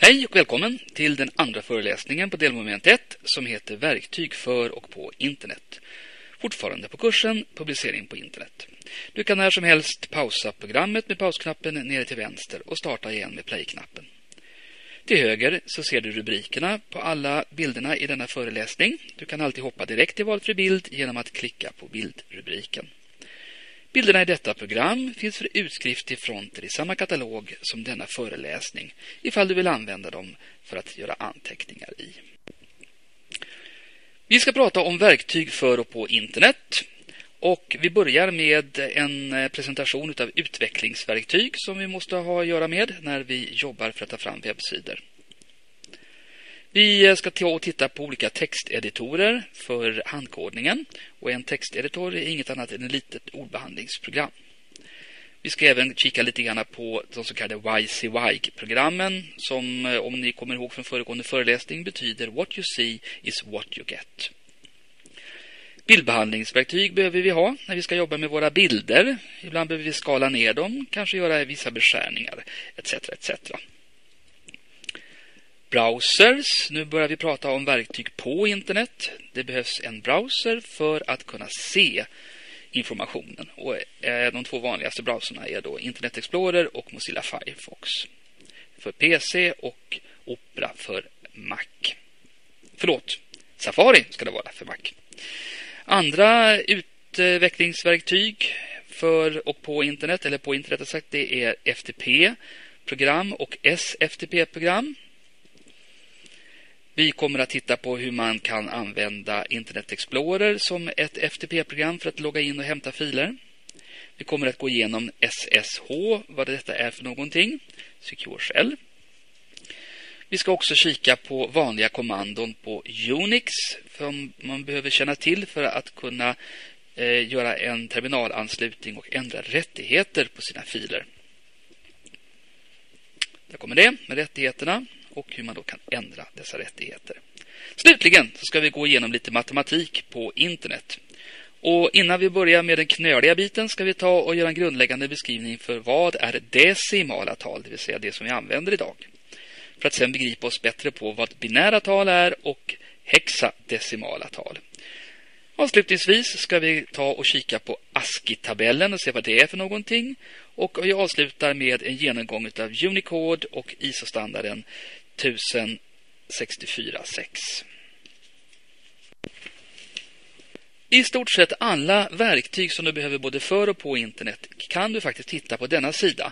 Hej och välkommen till den andra föreläsningen på delmoment 1 som heter Verktyg för och på internet. Fortfarande på kursen Publicering på internet. Du kan när som helst pausa programmet med pausknappen nere till vänster och starta igen med play-knappen. Till höger så ser du rubrikerna på alla bilderna i denna föreläsning. Du kan alltid hoppa direkt till valfri bild genom att klicka på bildrubriken. Bilderna i detta program finns för utskrift i fronter i samma katalog som denna föreläsning, ifall du vill använda dem för att göra anteckningar i. Vi ska prata om verktyg för och på internet. Och vi börjar med en presentation av utvecklingsverktyg som vi måste ha att göra med när vi jobbar för att ta fram webbsidor. Vi ska titta på olika texteditorer för handkodningen. Och en texteditor är inget annat än ett litet ordbehandlingsprogram. Vi ska även kika lite grann på de så kallade WYSIWYG-programmen som, om ni kommer ihåg från föregående föreläsning, betyder What you see is what you get. Bildbehandlingsverktyg behöver vi ha när vi ska jobba med våra bilder. Ibland behöver vi skala ner dem, kanske göra vissa beskärningar, etc. etc. Browsers. Nu börjar vi prata om verktyg på internet. Det behövs en browser för att kunna se informationen. Och de två vanligaste browserna är då Internet Explorer och Mozilla Firefox för PC och Opera för Mac. Safari ska det vara för Mac. Andra utvecklingsverktyg för och på internet, eller på internet sagt, det är FTP-program och SFTP-program. Vi kommer att titta på hur man kan använda Internet Explorer som ett FTP-program för att logga in och hämta filer. Vi kommer att gå igenom SSH, vad detta är för någonting, Secure Shell. Vi ska också kika på vanliga kommandon på Unix som man behöver känna till för att kunna göra en terminalanslutning och ändra rättigheter på sina filer. Där kommer det med rättigheterna och hur man då kan ändra dessa rättigheter. Slutligen så ska vi gå igenom lite matematik på internet. Och innan vi börjar med den knöliga biten ska vi ta och göra en grundläggande beskrivning för vad är decimala tal, det vill säga det som vi använder idag. För att sedan begripa oss bättre på vad binära tal är och hexadecimala tal. Avslutningsvis ska vi ta och kika på ASCII-tabellen och se vad det är för någonting. Och vi avslutar med en genomgång av Unicode och ISO-standarden 1064-6. I stort sett alla verktyg som du behöver både för och på internet kan du faktiskt titta på denna sida,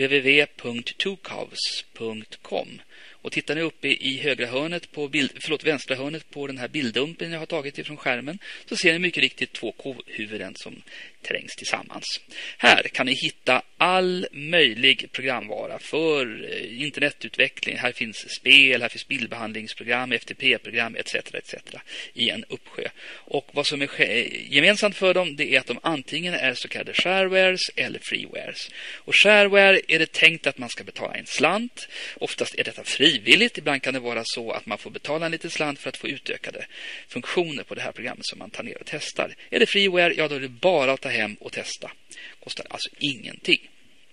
www.tucavs.com. Och tittar ni uppe i högra hörnet på vänstra hörnet på den här bilddumpen jag har tagit ifrån skärmen, så ser ni mycket riktigt två kovhuvuden som trängs tillsammans. Här kan ni hitta all möjlig programvara för internetutveckling. Här finns spel, här finns bildbehandlingsprogram, FTP-program etc. etc. i en uppsjö. Och vad som är gemensamt för dem, det är att de antingen är så kallade sharewares eller freewares. Och shareware är det tänkt att man ska betala en slant. Oftast är detta frivilligt. Ibland kan det vara så att man får betala en liten slant för att få utökade funktioner på det här programmet som man tar ner och testar. Är det freeware, ja då är det bara att ta hem och testa. Kostar alltså ingenting.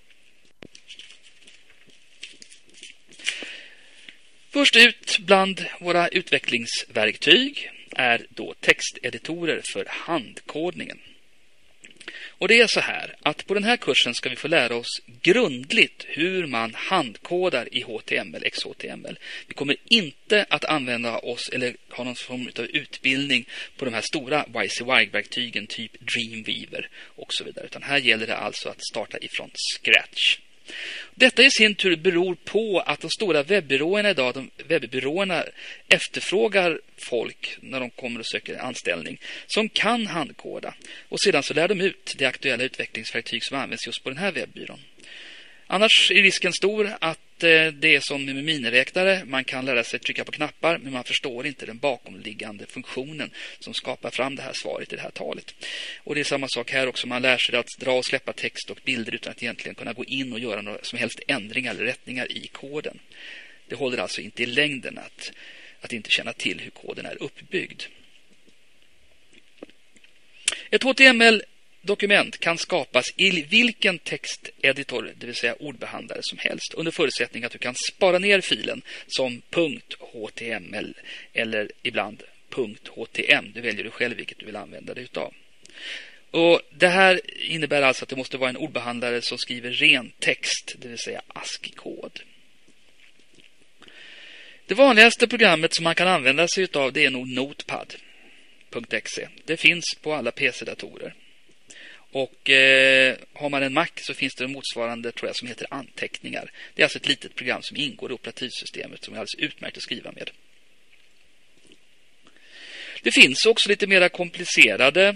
Först ut bland våra utvecklingsverktyg är då texteditorer för handkodningen. Och det är så här att på den här kursen ska vi få lära oss grundligt hur man handkodar i HTML, XHTML. Vi kommer inte att använda oss eller ha någon form av utbildning på de här stora WYSIWYG-verktygen typ Dreamweaver och så vidare. Utan här gäller det alltså att starta ifrån scratch. Detta i sin tur beror på att de stora webbyråerna idag, webbyråerna efterfrågar folk när de kommer och söker ansställning som kan handkoda. Och sedan så lär de ut det aktuella utvecklingsverktyg som används just på den här webbyrån. Annars är risken stor att det är som med miniräknare. Man kan lära sig trycka på knappar men man förstår inte den bakomliggande funktionen som skapar fram det här svaret i det här talet. Och det är samma sak här också. Man lär sig att dra och släppa text och bilder utan att egentligen kunna gå in och göra några som helst ändringar eller rättningar i koden. Det håller alltså inte i längden att inte känna till hur koden är uppbyggd. Ett HTML dokument kan skapas i vilken texteditor, det vill säga ordbehandlare som helst, under förutsättning att du kan spara ner filen som .html eller ibland .htm. Du väljer du själv vilket du vill använda dig utav. Och det här innebär alltså att det måste vara en ordbehandlare som skriver ren text, det vill säga ASCII-kod. Det vanligaste programmet som man kan använda sig utav, det är nog Notepad.exe. Det finns på alla PC-datorer. Och har man en Mac så finns det en motsvarande, tror jag, som heter anteckningar. Det är alltså ett litet program som ingår i operativsystemet som är alldeles utmärkt att skriva med. Det finns också lite mer komplicerade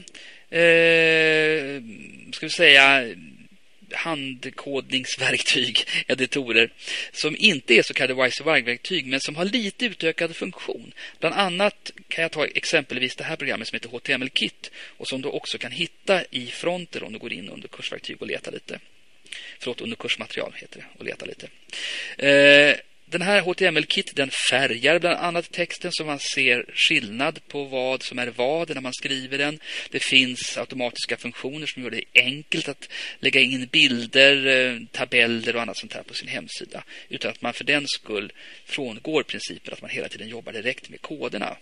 ska vi säga handkodningsverktyg, editorer, som inte är så kallade WYSIWYG-verktyg men som har lite utökad funktion. Bland annat kan jag ta exempelvis det här programmet som heter HTML-kit och som du också kan hitta i fronter om du går in under kursverktyg och letar lite. Förlåt, under kursmaterial heter det, och leta lite. Den här HTML-kit, den färgar bland annat texten så man ser skillnad på vad som är vad när man skriver den. Det finns automatiska funktioner som gör det enkelt att lägga in bilder, tabeller och annat sånt här på sin hemsida. Utan att man för den skull frångår principen att man hela tiden jobbar direkt med koderna.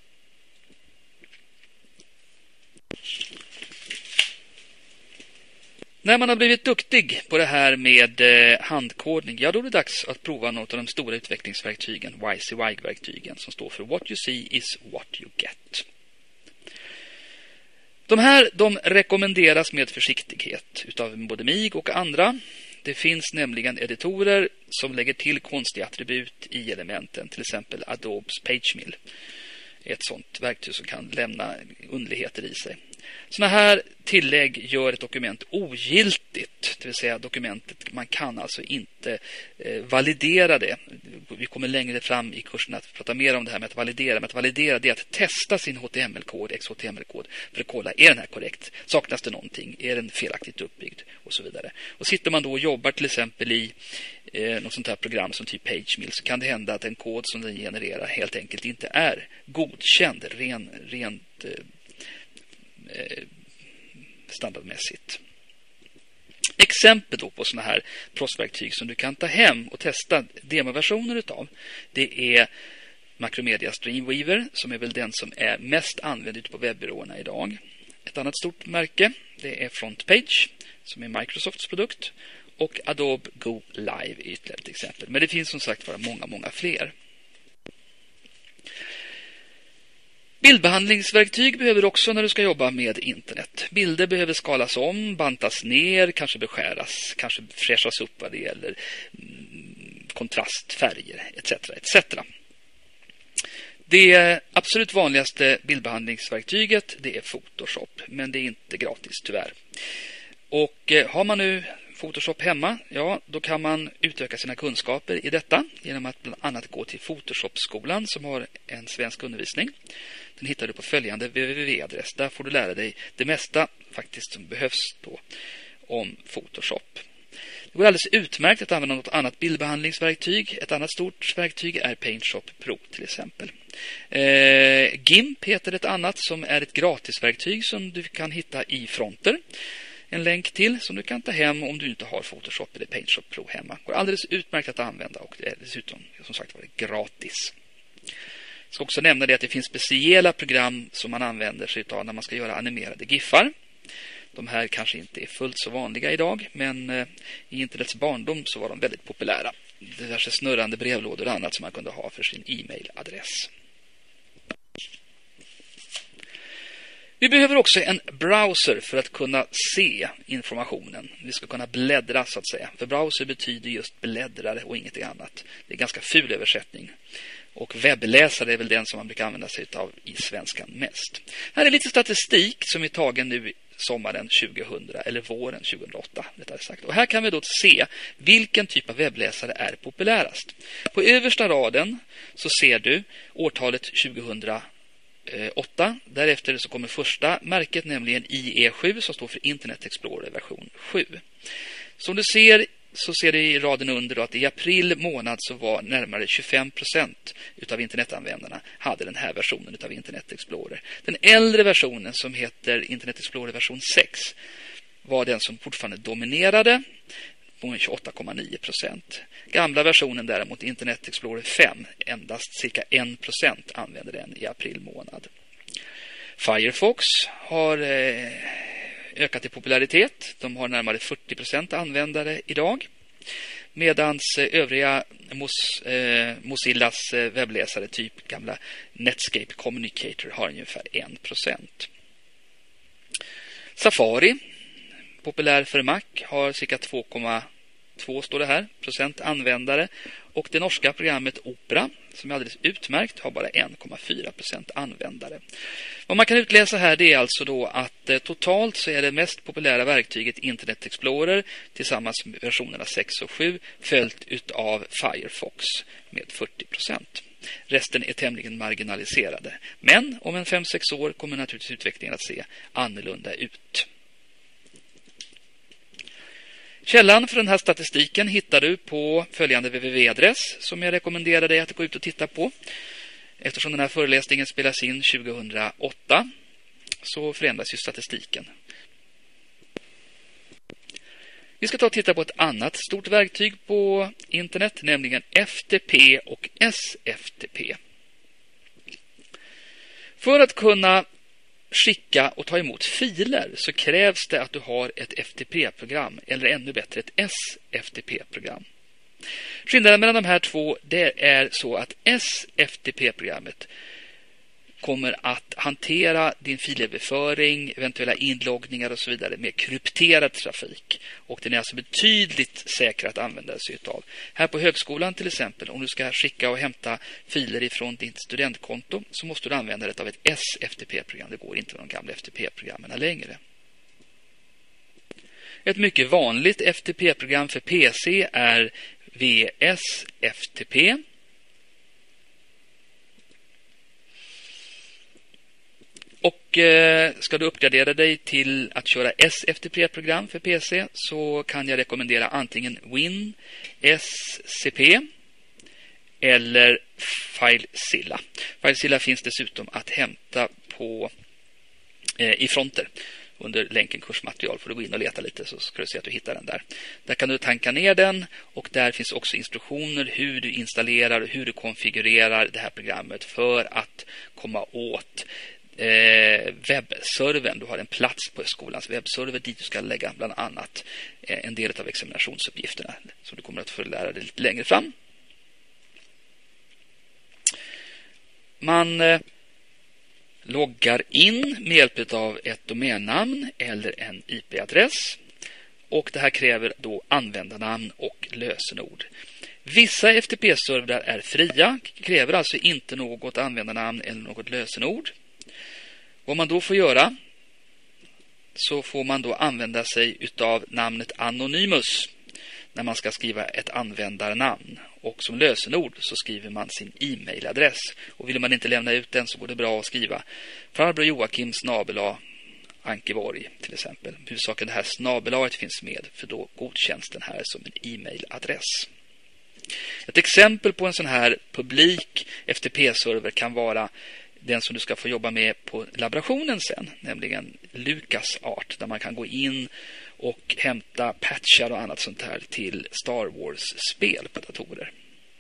När man har blivit duktig på det här med handkodning, ja då är det dags att prova något av de stora utvecklingsverktygen, WYSIWYG-verktygen, som står för What you see is what you get. De här, de rekommenderas med försiktighet utav både mig och andra. Det finns nämligen editorer som lägger till konstiga attribut i elementen, till exempel Adobes PageMill. Ett sånt verktyg som kan lämna underligheter i sig. Sådana här tillägg gör ett dokument ogiltigt, det vill säga dokumentet, man kan alltså inte validera det. Vi kommer längre fram i kursen att prata mer om det här med att validera. Men att validera, det är att testa sin HTML-kod, XHTML-kod, för att kolla, är den här korrekt? Saknas det någonting? Är den felaktigt uppbyggd? Och så vidare. Och sitter man då och jobbar till exempel i något sånt här program som typ PageMill, så kan det hända att en kod som den genererar helt enkelt inte är godkänd rent standardmässigt. Exempel då på såna här prosverktyg som du kan ta hem och testa demoversioner utav, det är Macromedia Streamweaver, som är väl den som är mest använd ute på webbyråerna idag. Ett annat stort märke, det är Frontpage, som är Microsofts produkt, och Adobe Go Live är ytterligare ett exempel. Men det finns som sagt vara många fler. Bildbehandlingsverktyg behöver också när du ska jobba med internet. Bilder behöver skalas om, bantas ner, kanske beskäras, kanske fräschas upp vad det gäller kontrast, färger, etc. Det absolut vanligaste bildbehandlingsverktyget, det är Photoshop, men det är inte gratis tyvärr. Och har man nu Photoshop hemma, ja, då kan man utöka sina kunskaper i detta genom att bland annat gå till Photoshop-skolan som har en svensk undervisning. Den hittar du på följande www-adress. Där får du lära dig det mesta faktiskt som behövs då om Photoshop. Det går alldeles utmärkt att använda något annat bildbehandlingsverktyg. Ett annat stort verktyg är PaintShop Pro till exempel. GIMP heter ett annat som är ett gratisverktyg som du kan hitta i fronter. En länk till som du kan ta hem om du inte har Photoshop eller PaintShop Pro hemma. Det går alldeles utmärkt att använda och det är dessutom som sagt var gratis. Jag ska också nämna det att det finns speciella program som man använder sig av när man ska göra animerade giffar. De här kanske inte är fullt så vanliga idag, men i internets barndom så var de väldigt populära. Diverse snurrande brevlådor och annat som man kunde ha för sin e-mailadress. Vi behöver också en browser för att kunna se informationen. Vi ska kunna bläddra så att säga. För browser betyder just bläddrare och inget annat. Det är ganska ful översättning. Och webbläsare är väl den som man brukar använda sig av i svenskan mest. Här är lite statistik som är tagen nu sommaren 2000 eller våren 2008 rättare sagt. Och här kan vi då se vilken typ av webbläsare är populärast. På översta raden så ser du årtalet 2008. Därefter så kommer första märket, nämligen IE7 som står för Internet Explorer version 7. Som du ser så ser du i raden under då att i april månad så var närmare 25% utav internetanvändarna hade den här versionen utav Internet Explorer. Den äldre versionen som heter Internet Explorer version 6 var den som fortfarande dominerade på 28,9%. Gamla versionen däremot, Internet Explorer 5, endast cirka 1% använder den i april månad. Firefox har ökat i popularitet. De har närmare 40% användare idag. Medan övriga Mozillas webbläsare, typ gamla Netscape Communicator, har ungefär 1%. Safari, populär för Mac, har cirka 2,2 står det här, procent användare. Och det norska programmet Opera, som är alldeles utmärkt, har bara 1,4% användare. Vad man kan utläsa här, det är alltså då att totalt så är det mest populära verktyget Internet Explorer tillsammans med versionerna 6 och 7 följt utav Firefox med 40%. Resten är tämligen marginaliserade. Men om en 5-6 år kommer naturligtvis utvecklingen att se annorlunda ut. Källan för den här statistiken hittar du på följande www-adress som jag rekommenderar dig att gå ut och titta på. Eftersom den här föreläsningen spelas in 2008 så förändras ju statistiken. Vi ska ta och titta på ett annat stort verktyg på internet, nämligen FTP och SFTP. För att kunna skicka och ta emot filer så krävs det att du har ett FTP-program eller ännu bättre ett SFTP-program. Skillnaden mellan de här två, det är så att SFTP-programmet kommer att hantera din filöverföring, eventuella inloggningar och så vidare med krypterad trafik. Och den är alltså betydligt säkrare att använda sig utav. Här på högskolan till exempel, om du ska skicka och hämta filer ifrån ditt studentkonto så måste du använda det av ett SFTP-program. Det går inte med de gamla FTP-programmen längre. Ett mycket vanligt FTP-program för PC är VSFTP. Och ska du uppgradera dig till att köra SFTP-program för PC så kan jag rekommendera antingen WinSCP eller FileZilla. FileZilla finns dessutom att hämta i fronter. Under länken kursmaterial får du gå in och leta lite så ska du se att du hittar den där. Där kan du tanka ner den och där finns också instruktioner hur du installerar och hur du konfigurerar det här programmet för att komma åt webbservern. Du har en plats på skolans webbserver dit du ska lägga bland annat en del av examinationsuppgifterna som du kommer att få lära dig lite längre fram. Man loggar in med hjälp av ett domännamn eller en IP-adress och det här kräver då användarnamn och lösenord. Vissa FTP-servrar är fria, kräver alltså inte något användarnamn eller något lösenord. Vad man då får göra så får man då använda sig utav namnet Anonymous när man ska skriva ett användarnamn. Och som lösenord så skriver man sin e-mailadress. Och vill man inte lämna ut den så går det bra att skriva farbror Joakim /Ankeborg till exempel. Huvudsaken det här snabelaget finns med för då godkänns den här som en e-mailadress. Ett exempel på en sån här publik FTP-server kan vara den som du ska få jobba med på laborationen sen, nämligen LucasArt, där man kan gå in och hämta patchar och annat sånt här till Star Wars-spel på datorer.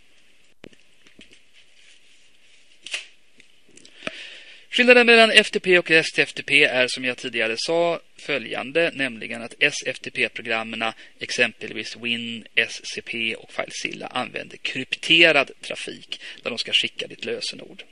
Skillnaden mellan FTP och SFTP är som jag tidigare sa följande, nämligen att SFTP-programmen, exempelvis WinSCP och FileZilla, använder krypterad trafik där de ska skicka ditt lösenord.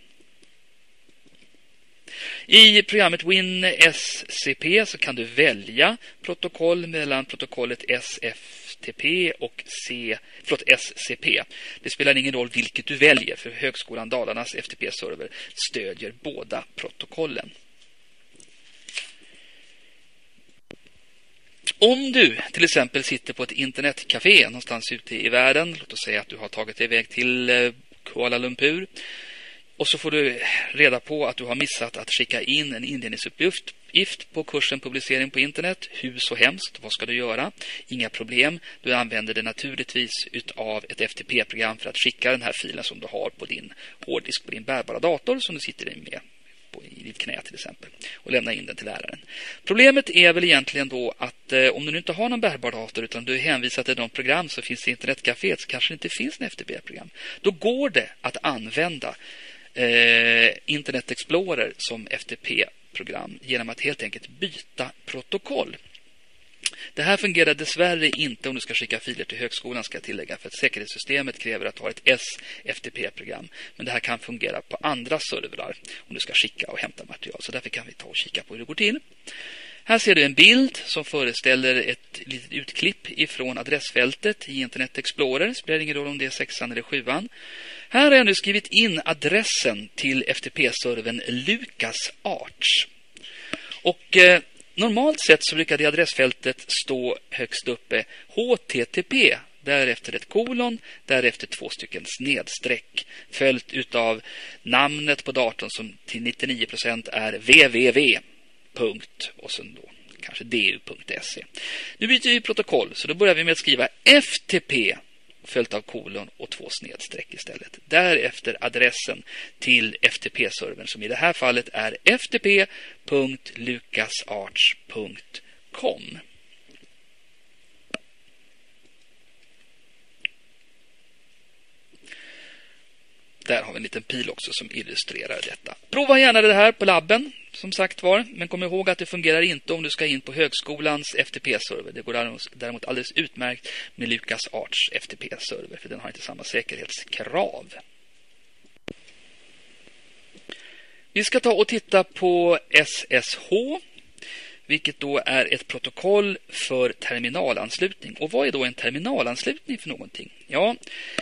I programmet WinSCP så kan du välja protokoll mellan protokollet SFTP och SCP. Det spelar ingen roll vilket du väljer för Högskolan Dalarnas FTP-server stödjer båda protokollen. Om du till exempel sitter på ett internetcafé någonstans ute i världen, låt oss säga att du har tagit dig iväg till Kuala Lumpur, och så får du reda på att du har missat att skicka in en inledningsuppgift uppgift på kursen publicering på internet. Hus och hemskt, vad ska du göra? Inga problem. Du använder det naturligtvis utav ett FTP-program för att skicka den här filen som du har på din hårddisk på din bärbara dator som du sitter med i ditt knä till exempel och lämna in den till läraren. Problemet är väl egentligen då att om du inte har någon bärbar dator utan du är hänvisad till de program som finns i internetcaféet så kanske det inte finns en FTP-program. Då går det att använda Internet Explorer som FTP-program genom att helt enkelt byta protokoll. Det här fungerar dessvärre inte om du ska skicka filer till högskolan, ska jag tillägga, för att säkerhetssystemet kräver att du har ett S-FTP-program. Men det här kan fungera på andra servrar om du ska skicka och hämta material. Så därför kan vi ta och kika på hur det går till. Här ser du en bild som föreställer ett litet utklipp ifrån adressfältet i Internet Explorer. Det spelar ingen roll om det är 6an eller 7an. Här har jag nu skrivit in adressen till FTP-servern LucasArts. Och normalt sett så brukar det adressfältet stå högst uppe HTTP, därefter ett kolon, därefter 2 snedstreck, följt utav namnet på datorn som till 99% är www. Och sen då kanske du.se. Nu byter vi protokoll, så då börjar vi med att skriva FTP följt av kolon och 2 snedstreck istället. Därefter adressen till FTP-servern som i det här fallet är ftp.lucasarts.com. Där har vi en liten pil också som illustrerar detta. Prova gärna det här på labben, som sagt var. Men kom ihåg att det fungerar inte om du ska in på högskolans FTP-server. Det går däremot alldeles utmärkt med LucasArts FTP-server, för den har inte samma säkerhetskrav. Vi ska ta och titta på SSH, vilket då är ett protokoll för terminalanslutning. Och vad är då en terminalanslutning för någonting? Ja,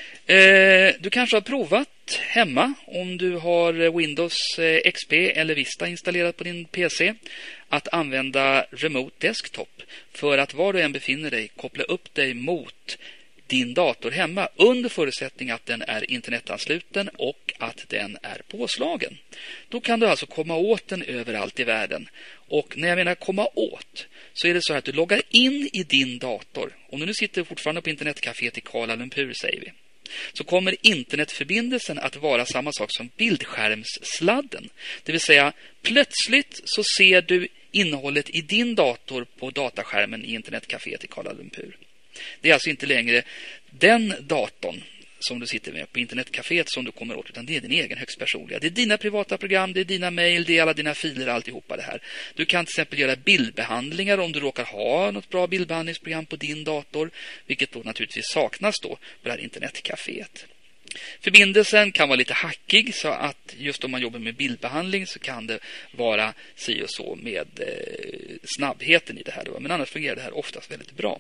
du kanske har provat hemma om du har Windows XP eller Vista installerat på din PC att använda Remote Desktop för att var du än befinner dig koppla upp dig mot din dator hemma under förutsättning att den är internetansluten och att den är påslagen. Då kan du alltså komma åt den överallt i världen. Och när jag menar komma åt så är det så här att du loggar in i din dator. Om du nu sitter fortfarande på internetcaféet i Kuala Lumpur säger vi, så kommer internetförbindelsen att vara samma sak som bildskärmssladden. Det vill säga plötsligt så ser du innehållet i din dator på dataskärmen i internetcaféet i Kuala Lumpur. Det är alltså inte längre den datorn som du sitter med på internetcaféet som du kommer åt, utan det är din egen högst personliga. Det är dina privata program, det är dina mejl, det är alla dina filer, alltihopa det här. Du kan till exempel göra bildbehandlingar om du råkar ha något bra bildbehandlingsprogram på din dator, vilket då naturligtvis saknas då på det här internetcaféet. Förbindelsen kan vara lite hackig, så att just om man jobbar med bildbehandling så kan det vara si och så med snabbheten i det här då. Men annars fungerar det här oftast väldigt bra.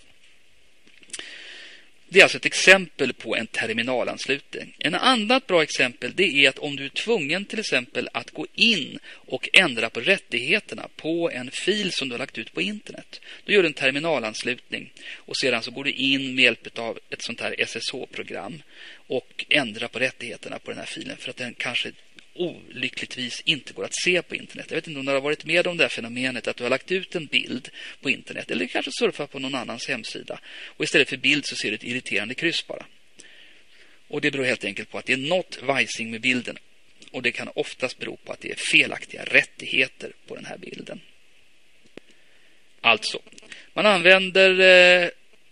Det är alltså ett exempel på en terminalanslutning. En annat bra exempel det är att om du är tvungen till exempel att gå in och ändra på rättigheterna på en fil som du har lagt ut på internet. Då gör du en terminalanslutning och sedan så går du in med hjälp av ett sånt här SSH-program och ändrar på rättigheterna på den här filen för att den kanske olyckligtvis inte går att se på internet. Jag vet inte om du har varit med om det här fenomenet att du har lagt ut en bild på internet eller kanske surfar på någon annans hemsida och istället för bild så ser du ett irriterande kryss bara. Och det beror helt enkelt på att det är något vajsing med bilden och det kan oftast bero på att det är felaktiga rättigheter på den här bilden. Alltså, man använder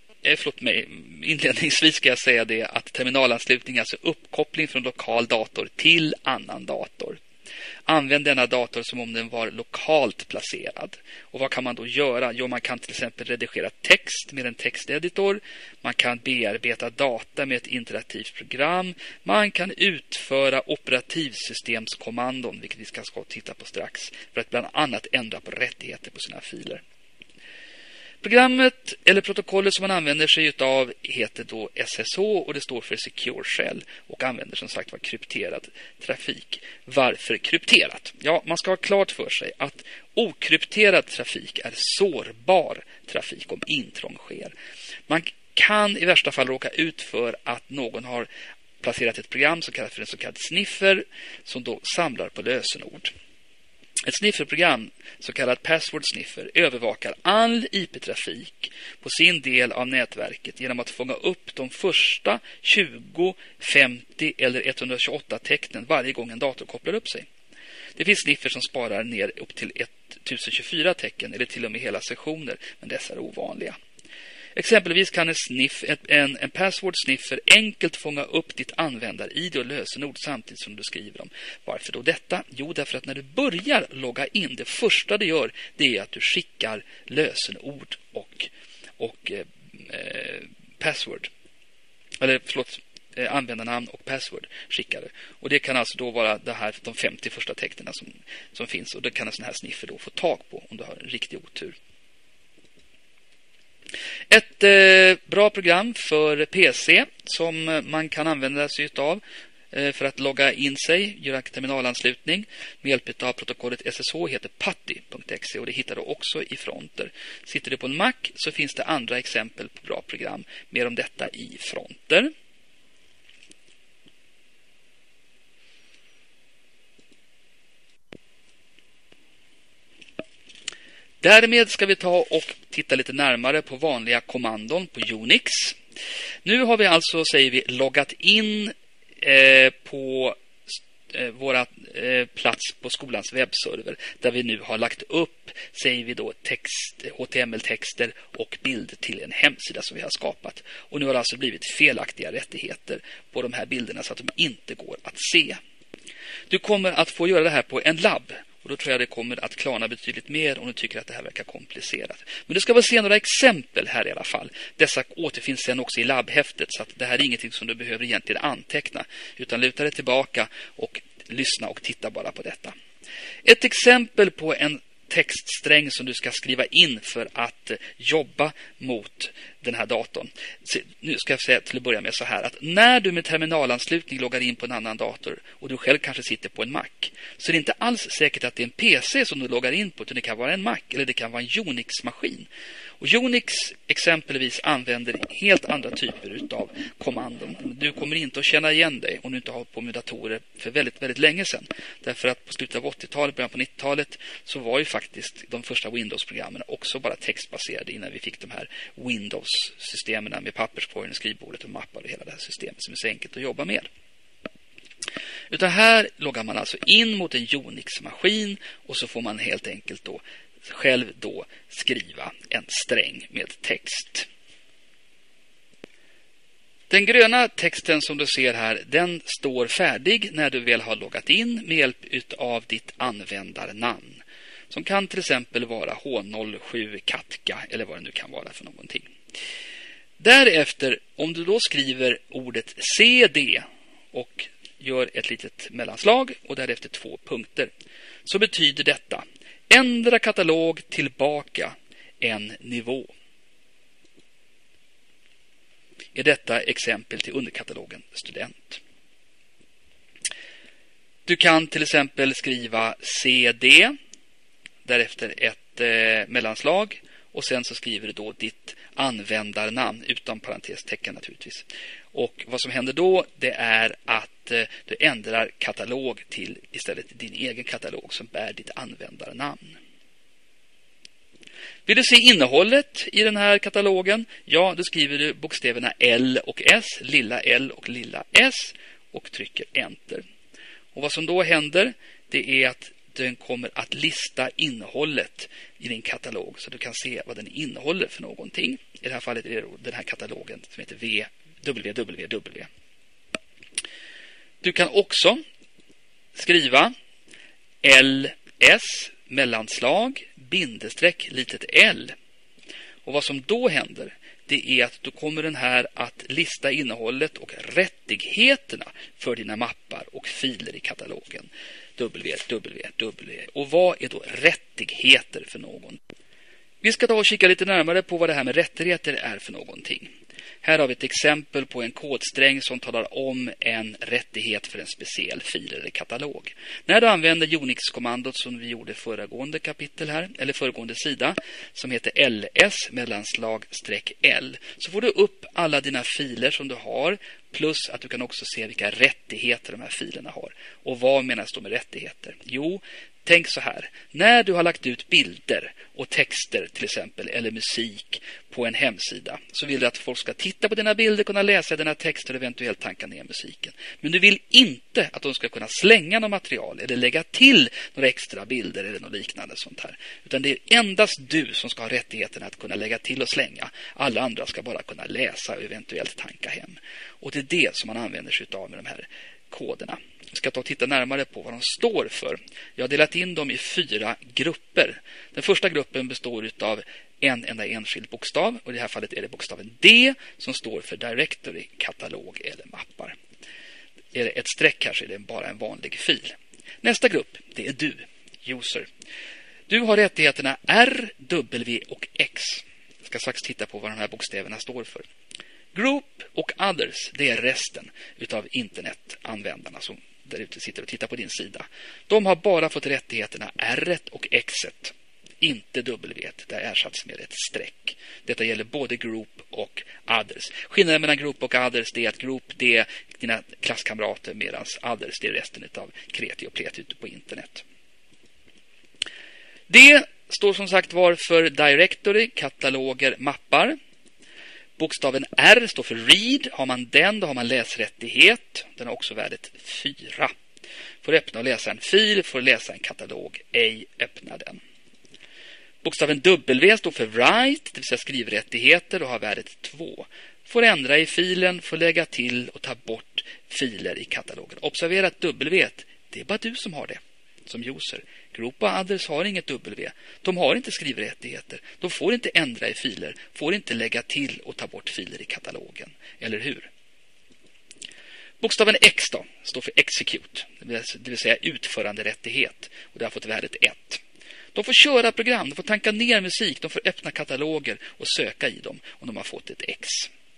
inledningsvis ska jag säga det att terminalanslutning är alltså uppkoppling från lokal dator till annan dator. Använd denna dator som om den var lokalt placerad. Och vad kan man då göra? Jo, man kan till exempel redigera text med en texteditor. Man kan bearbeta data med ett interaktivt program. Man kan utföra operativsystemskommandon, vilket vi ska titta på strax, för att bland annat ändra på rättigheter på sina filer. Programmet eller protokollet som man använder sig utav heter då SSH och det står för Secure Shell och använder som sagt var krypterad trafik. Varför krypterat? Ja, man ska ha klart för sig att okrypterad trafik är sårbar trafik om intrång sker. Man kan i värsta fall råka ut för att någon har placerat ett program som kallas för en så kallad sniffer som då samlar på lösenord. Ett snifferprogram, så kallad password sniffer, övervakar all IP-trafik på sin del av nätverket genom att fånga upp de första 20, 50 eller 128 tecknen varje gång en dator kopplar upp sig. Det finns sniffer som sparar ner upp till 1024 tecken eller till och med hela sektioner, men dessa är ovanliga. Exempelvis kan en password sniffer enkelt fånga upp ditt användar-id och lösenord samtidigt som du skriver dem. Varför då detta? Jo, därför att när du börjar logga in, det första du gör, det är att du skickar lösenord och password. Eller förlåt, användarnamn och password skickade. Och det kan alltså då vara de 50 första tecknen som finns. Och det kan en sån här sniffer då få tag på om du har en riktig otur. Ett bra program för PC som man kan använda sig av för att logga in sig, göra terminalanslutning med hjälp av protokollet SSH heter putty.exe och det hittar du också i Fronter. Sitter du på en Mac så finns det andra exempel på bra program. Mer om detta i Fronter. Därmed ska vi ta och titta lite närmare på vanliga kommandon på Unix. Nu har vi alltså, säger vi, loggat in på våra plats på skolans webbserver där vi nu har lagt upp, säger vi då, HTML-texter och bilder till en hemsida som vi har skapat. Och nu har det alltså blivit felaktiga rättigheter på de här bilderna så att de inte går att se. Du kommer att få göra det här på en labb. Och då tror jag det kommer att klarna betydligt mer om du tycker att det här verkar komplicerat. Men du ska väl se några exempel här i alla fall. Dessa återfinns sen också i labbhäftet så att det här är ingenting som du behöver egentligen anteckna. Utan luta dig tillbaka och lyssna och titta bara på detta. Ett exempel på en textsträng som du ska skriva in för att jobba mot den här datorn. Så nu ska jag säga till att börja med så här att när du med terminalanslutning loggar in på en annan dator och du själv kanske sitter på en Mac så är det inte alls säkert att det är en PC som du loggar in på utan det kan vara en Mac eller det kan vara en Unix-maskin. Och Unix exempelvis använder helt andra typer av kommandon. Du kommer inte att känna igen dig om du inte har på med datorer för väldigt, väldigt länge sedan. Därför att på slutet av 80-talet, början på 90-talet så var ju faktiskt de första Windows-programmen också bara textbaserade innan vi fick de här Windows-systemen med papperskorgen, skrivbordet och mappar och hela det här systemet som är så enkelt att jobba med. Utan här loggar man alltså in mot en Unix-maskin och så får man helt enkelt då själv då skriva en sträng med text. Den gröna texten som du ser här, den står färdig när du väl har loggat in med hjälp av ditt användarnamn. Som kan till exempel vara H07 Katka eller vad det nu kan vara för någonting. Därefter, om du då skriver ordet CD och gör ett litet mellanslag och därefter 2 punkter, så betyder detta ändra katalog tillbaka en nivå. Är detta exempel till underkatalogen student. Du kan till exempel skriva CD, därefter ett mellanslag och sen så skriver du då ditt användarnamn utan parentestecken naturligtvis. Och vad som händer då det är att du ändrar katalog till istället din egen katalog som bär ditt användarnamn. Vill du se innehållet i den här katalogen? Ja, då skriver du bokstäverna L och S, lilla L och lilla S och trycker Enter. Och vad som då händer det är att den kommer att lista innehållet i din katalog så du kan se vad den innehåller för någonting. I det här fallet är det den här katalogen som heter www. Du kan också skriva LS mellanslag bindestreck litet L. Och vad som då händer det är att då kommer den här att lista innehållet och rättigheterna för dina mappar och filer i katalogen. www. Och vad är då rättigheter för någon? Vi ska ta och kika lite närmare på vad det här med rättigheter är för någonting. Här har vi ett exempel på en kodsträng som talar om en rättighet för en speciell fil eller katalog. När du använder Unix-kommandot som vi gjorde föregående kapitel här, eller föregående sida, som heter ls mellanslag-l, så får du upp alla dina filer som du har, plus att du kan också se vilka rättigheter de här filerna har. Och vad menas då med rättigheter? Jo, Tänk så här. När du har lagt ut bilder och texter till exempel, eller musik på en hemsida, så vill du att folk ska titta på dina bilder, kunna läsa dina texter och eventuellt tanka ner musiken. Men du vill inte att de ska kunna slänga något material eller lägga till några extra bilder eller något liknande sånt här. Utan det är endast du som ska ha rättigheten att kunna lägga till och slänga. Alla andra ska bara kunna läsa och eventuellt tanka hem. Och det är det som man använder sig av med de här koderna. Jag ska ta och titta närmare på vad de står för. Jag har delat in dem i 4 grupper. Den första gruppen består av en enda enskild bokstav. Och i det här fallet är det bokstaven D som står för directory, katalog eller mappar. Är det ett streck här så är det bara en vanlig fil. Nästa grupp, det är du, user. Du har rättigheterna R, W och X. Jag ska strax titta på vad de här bokstäverna står för. Group och others, det är resten utav internetanvändarna som där ute sitter och tittar på din sida. De har bara fått rättigheterna R och X, inte W. Det ersatts med ett streck. Detta gäller både group och others. Skillnaden mellan group och others är att group det är dina klasskamrater medan others det är resten utav kreti och pleti ute på internet. Det står som sagt var för directory, kataloger, mappar. Bokstaven R står för read. Har man den, då har man läsrättighet. Den har också värdet 4. Får öppna och läsa en fil, får läsa en katalog, ej öppna den. Bokstaven W står för write, det vill säga skrivrättigheter, och har värdet 2. Får ändra i filen, får lägga till och ta bort filer i katalogen. Observera att W, det är bara du som har det som user. Group och others har inget W. De har inte skrivrättigheter. De får inte ändra i filer. Får inte lägga till och ta bort filer i katalogen. Eller hur? Bokstaven X då står för execute. Det vill säga utförande rättighet. Och det har fått värdet 1. De får köra program. De får tanka ner musik. De får öppna kataloger och söka i dem. Och de har fått ett X.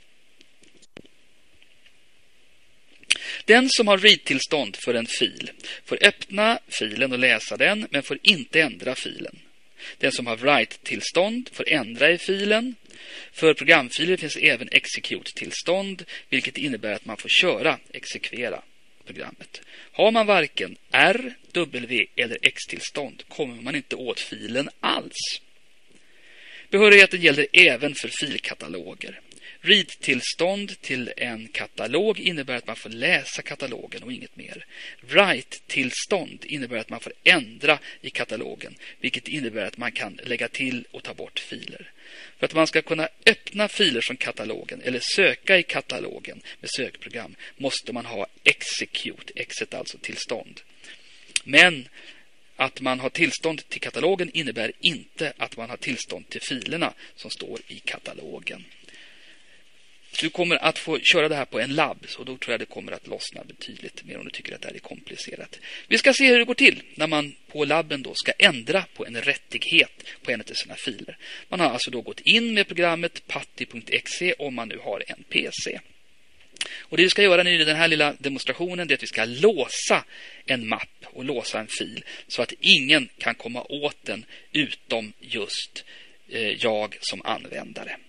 Den som har read-tillstånd för en fil får öppna filen och läsa den, men får inte ändra filen. Den som har write-tillstånd får ändra i filen. För programfiler finns även execute-tillstånd, vilket innebär att man får exekvera programmet. Har man varken R, W eller X-tillstånd kommer man inte åt filen alls. Behörigheten gäller även för filkataloger. Read-tillstånd till en katalog innebär att man får läsa katalogen och inget mer. Write-tillstånd innebär att man får ändra i katalogen, vilket innebär att man kan lägga till och ta bort filer. För att man ska kunna öppna filer från katalogen eller söka i katalogen med sökprogram måste man ha execute, exit alltså tillstånd. Men att man har tillstånd till katalogen innebär inte att man har tillstånd till filerna som står i katalogen. Du kommer att få köra det här på en labb, så då tror jag det kommer att lossna betydligt mer om du tycker att det här är komplicerat. Vi ska se hur det går till när man på labben då ska ändra på en rättighet på en av sina filer. Man har alltså då gått in med programmet patti.exe om man nu har en PC. Och det vi ska göra nu i den här lilla demonstrationen är att vi ska låsa en mapp och låsa en fil så att ingen kan komma åt den utom just jag som användare.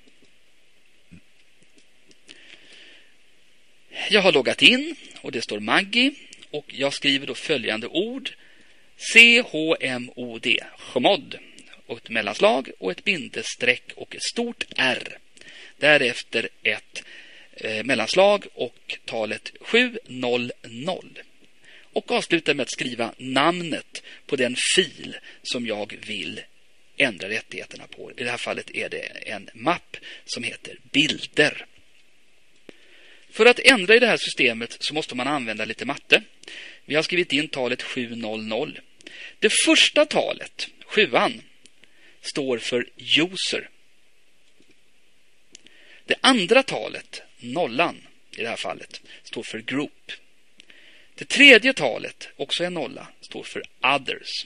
Jag har loggat in och det står Maggie och jag skriver då följande ord: CHMOD, chmod, och ett mellanslag och ett bindestreck och ett stort R. Därefter ett mellanslag och talet 700 och avslutar med att skriva namnet på den fil som jag vill ändra rättigheterna på. I det här fallet är det en mapp som heter bilder. För att ändra i det här systemet så måste man använda lite matte. Vi har skrivit in talet 700. Det första talet, 7:an, står för user. Det andra talet, 0:an i det här fallet, står för group. Det tredje talet, också en 0, står för others.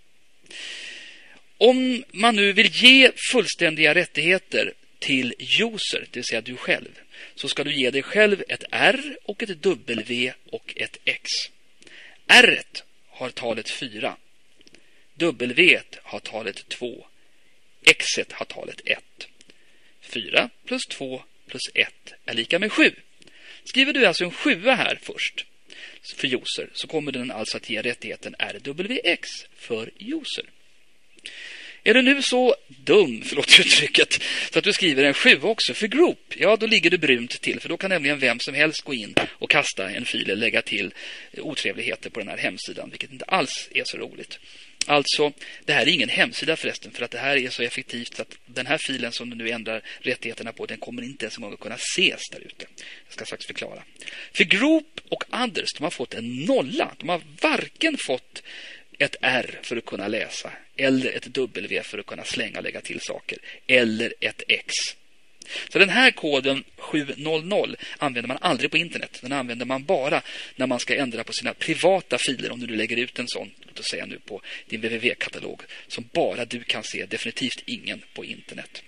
Om man nu vill ge fullständiga rättigheter till user, det vill säga du själv, så ska du ge dig själv ett R och ett W och ett X. R har talet 4. W har talet 2. X har talet 1. 4 plus 2 plus 1 är lika med 7. Skriver du alltså en 7 här först, för user så kommer den alltså att ge rättigheten RWX för user. Är du nu så dum, förlåt uttrycket, så att du skriver en 7 också för group, ja då ligger det brunt till, för då kan nämligen vem som helst gå in och kasta en fil eller lägga till otrevligheter på den här hemsidan, vilket inte alls är så roligt. Alltså, det här är ingen hemsida förresten, för att det här är så effektivt så att den här filen som du nu ändrar rättigheterna på, den kommer inte ens en gång att kunna ses där ute. Jag ska strax förklara. För group och others, de har fått en nolla. De har varken fått ett R för att kunna läsa, eller ett W för att kunna slänga och lägga till saker, eller ett X. Så den här koden 700 använder man aldrig på internet. Den använder man bara när man ska ändra på sina privata filer. Om du lägger ut en sån, låt oss säga nu på din www-katalog, som bara du kan se, definitivt ingen på internet.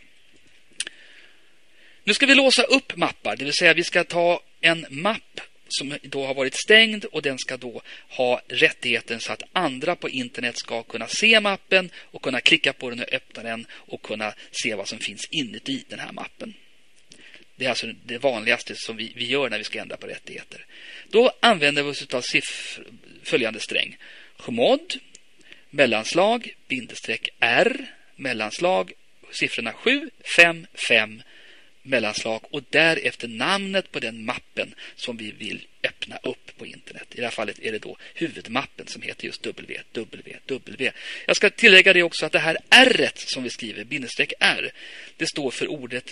Nu ska vi låsa upp mappar, det vill säga vi ska ta en mapp som då har varit stängd och den ska då ha rättigheten så att andra på internet ska kunna se mappen och kunna klicka på den och öppna den och kunna se vad som finns inuti den här mappen. Det är alltså det vanligaste som vi gör när vi ska ändra på rättigheter. Då använder vi oss av följande sträng. Chmod, mellanslag, bindestreck R, mellanslag, siffrorna 7, 5, 5, mellanslag och därefter namnet på den mappen som vi vill öppna upp på internet. I det här fallet är det då huvudmappen som heter just www. Jag ska tillägga det också att det här R-et som vi skriver, bindestreck R, det står för ordet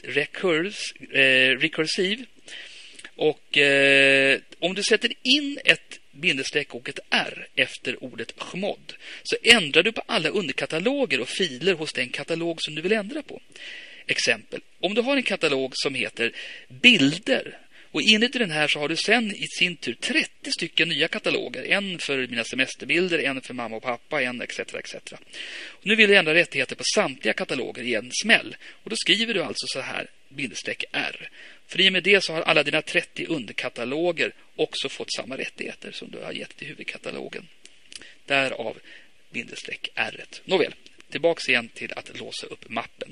recursive. Och om du sätter in ett bindestreck och ett R efter ordet chmod så ändrar du på alla underkataloger och filer hos den katalog som du vill ändra på. Exempel, om du har en katalog som heter bilder och inuti den här så har du sen i sin tur 30 stycken nya kataloger. En för mina semesterbilder, en för mamma och pappa, en etc. Och nu vill du ändra rättigheter på samtliga kataloger i en smäll. Och då skriver du alltså så här, bindestreck R. För i och med det så har alla dina 30 underkataloger också fått samma rättigheter som du har gett till huvudkatalogen. Därav bindestreck R-et. Nåväl, tillbaks igen till att låsa upp mappen.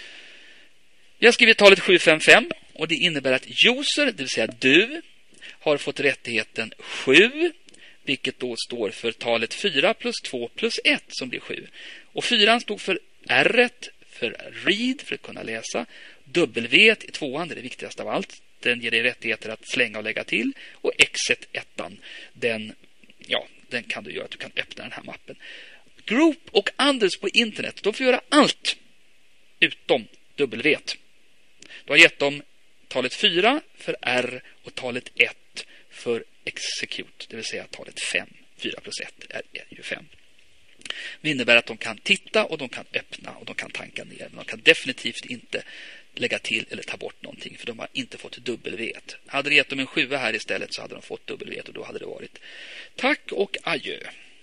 Jag har skrivit talet 755 och det innebär att user, det vill säga du, har fått rättigheten 7, vilket då står för talet 4 plus 2 plus 1 som blir 7. Och 4 stod för R-et, för read, för att kunna läsa. W i 2, det är det viktigaste av allt. Den ger dig rättigheter att slänga och lägga till. Och X-et, 1, den kan du göra att du kan öppna den här mappen. Group och others på internet, de får göra allt utom W. Du har gett dem talet 4 för R och talet 1 för execute, det vill säga talet 5. 4 plus 1 är ju 5. Det innebär att de kan titta och de kan öppna och de kan tanka ner. Men de kan definitivt inte lägga till eller ta bort någonting för de har inte fått W. Hade det gett dem en 7 här istället så hade de fått W och då hade det varit tack och adjö.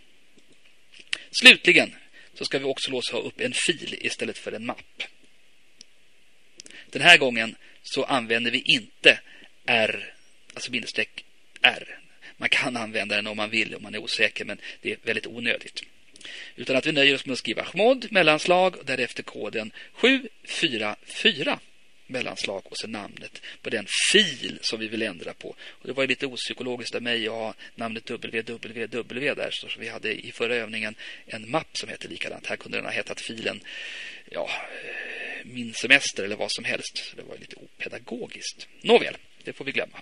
Slutligen så ska vi också låsa upp en fil istället för en mapp. Den här gången så använder vi inte R, alltså bindestreck R. Man kan använda den om man vill, om man är osäker, men det är väldigt onödigt. Utan att vi nöjer oss med att skriva chmod, mellanslag och därefter koden 744 mellanslag och sen namnet på den fil som vi vill ändra på. Och det var ju lite opsykologiskt av mig att ha namnet www där, så vi hade i förra övningen en mapp som heter likadant. Här kunde den ha hetat filen min semester eller vad som helst. Så det var lite opedagogiskt. Nåväl, det får vi glömma.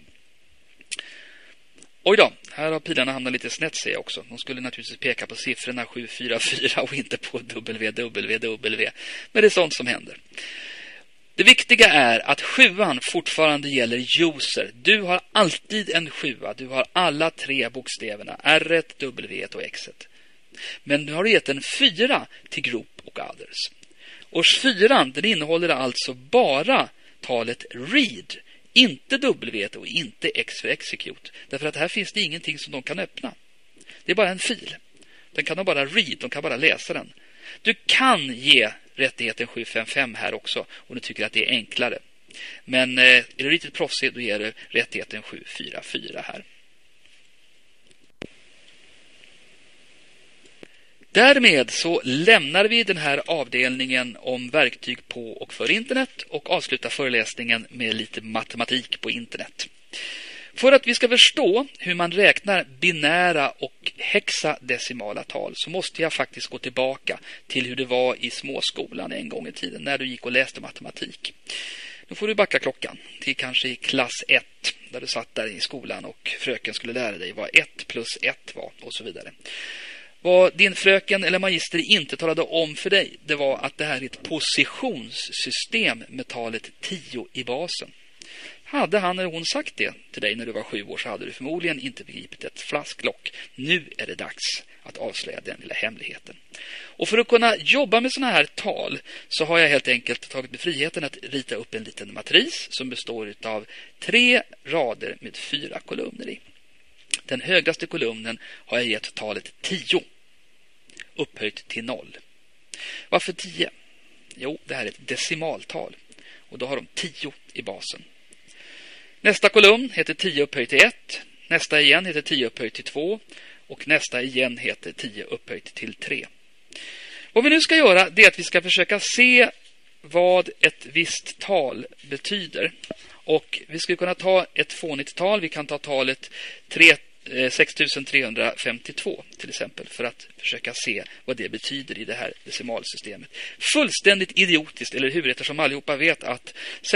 Oj då, här har pilarna hamnat lite snett ser jag också. De skulle naturligtvis peka på siffrorna 744 och inte på www. Men det är sånt som händer. Det viktiga är att 7:an fortfarande gäller user. Du har alltid en 7:a. Du har alla 3 bokstäverna. R-et, W-et och X-et. Men nu har du gett en 4 till group och others. Och 4:an, den innehåller alltså bara talet read. Inte W och inte X för execute. Därför att här finns det ingenting som de kan öppna. Det är bara en fil. Den kan de bara read, de kan bara läsa den. Du kan ge rättigheten 755 här också om du tycker att det är enklare. Men är du riktigt proffsig då ger du rättigheten 744 här. Därmed så lämnar vi den här avdelningen om verktyg på och för internet och avslutar föreläsningen med lite matematik på internet. För att vi ska förstå hur man räknar binära och hexadesimala tal så måste jag faktiskt gå tillbaka till hur det var i småskolan en gång i tiden när du gick och läste matematik. Nu får du backa klockan till kanske i klass 1 där du satt där i skolan och fröken skulle lära dig vad 1 plus 1 var och så vidare. Vad din fröken eller magister inte talade om för dig, det var att det här är ett positionssystem med talet 10 i basen. Hade han eller hon sagt det till dig när du var 7 år så hade du förmodligen inte begripit ett flasklock. Nu är det dags att avslöja den lilla hemligheten. Och för att kunna jobba med såna här tal så har jag helt enkelt tagit med friheten att rita upp en liten matris som består av 3 rader med 4 kolumner i. Den högraste kolumnen har jag gett talet 10 upphöjt till 0. Varför 10? Jo, det här är ett decimaltal och då har de 10 i basen. Nästa kolumn heter 10 upphöjt till 1. Nästa igen heter 10 upphöjt till 2. Och nästa igen heter 10 upphöjt till 3. Vad vi nu ska göra det är att vi ska försöka se vad ett visst tal betyder. Och vi skulle kunna ta ett fånigt tal. Vi kan ta talet 6352 till exempel för att försöka se vad det betyder i det här decimalsystemet. Fullständigt idiotiskt, eller hur? Eftersom allihopa vet att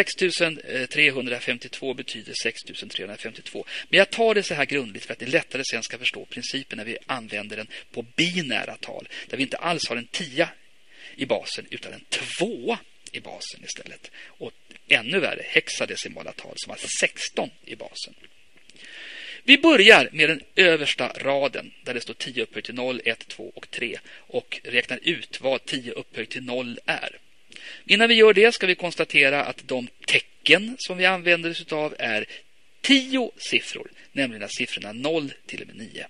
6352 betyder 6352. Men jag tar det så här grundligt för att det lättare sen ska förstå principen när vi använder den på binära tal. Där vi inte alls har en 10 i basen utan en 2 i basen istället. Och ännu värre hexadesimala tal som har 16 i basen. Vi börjar med den översta raden där det står 10 upphöjt till 0, 1, 2 och 3 och räknar ut vad 10 upphöjt till 0 är. Innan vi gör det ska vi konstatera att de tecken som vi använder oss av är 10 siffror, nämligen siffrorna 0 till och med 9.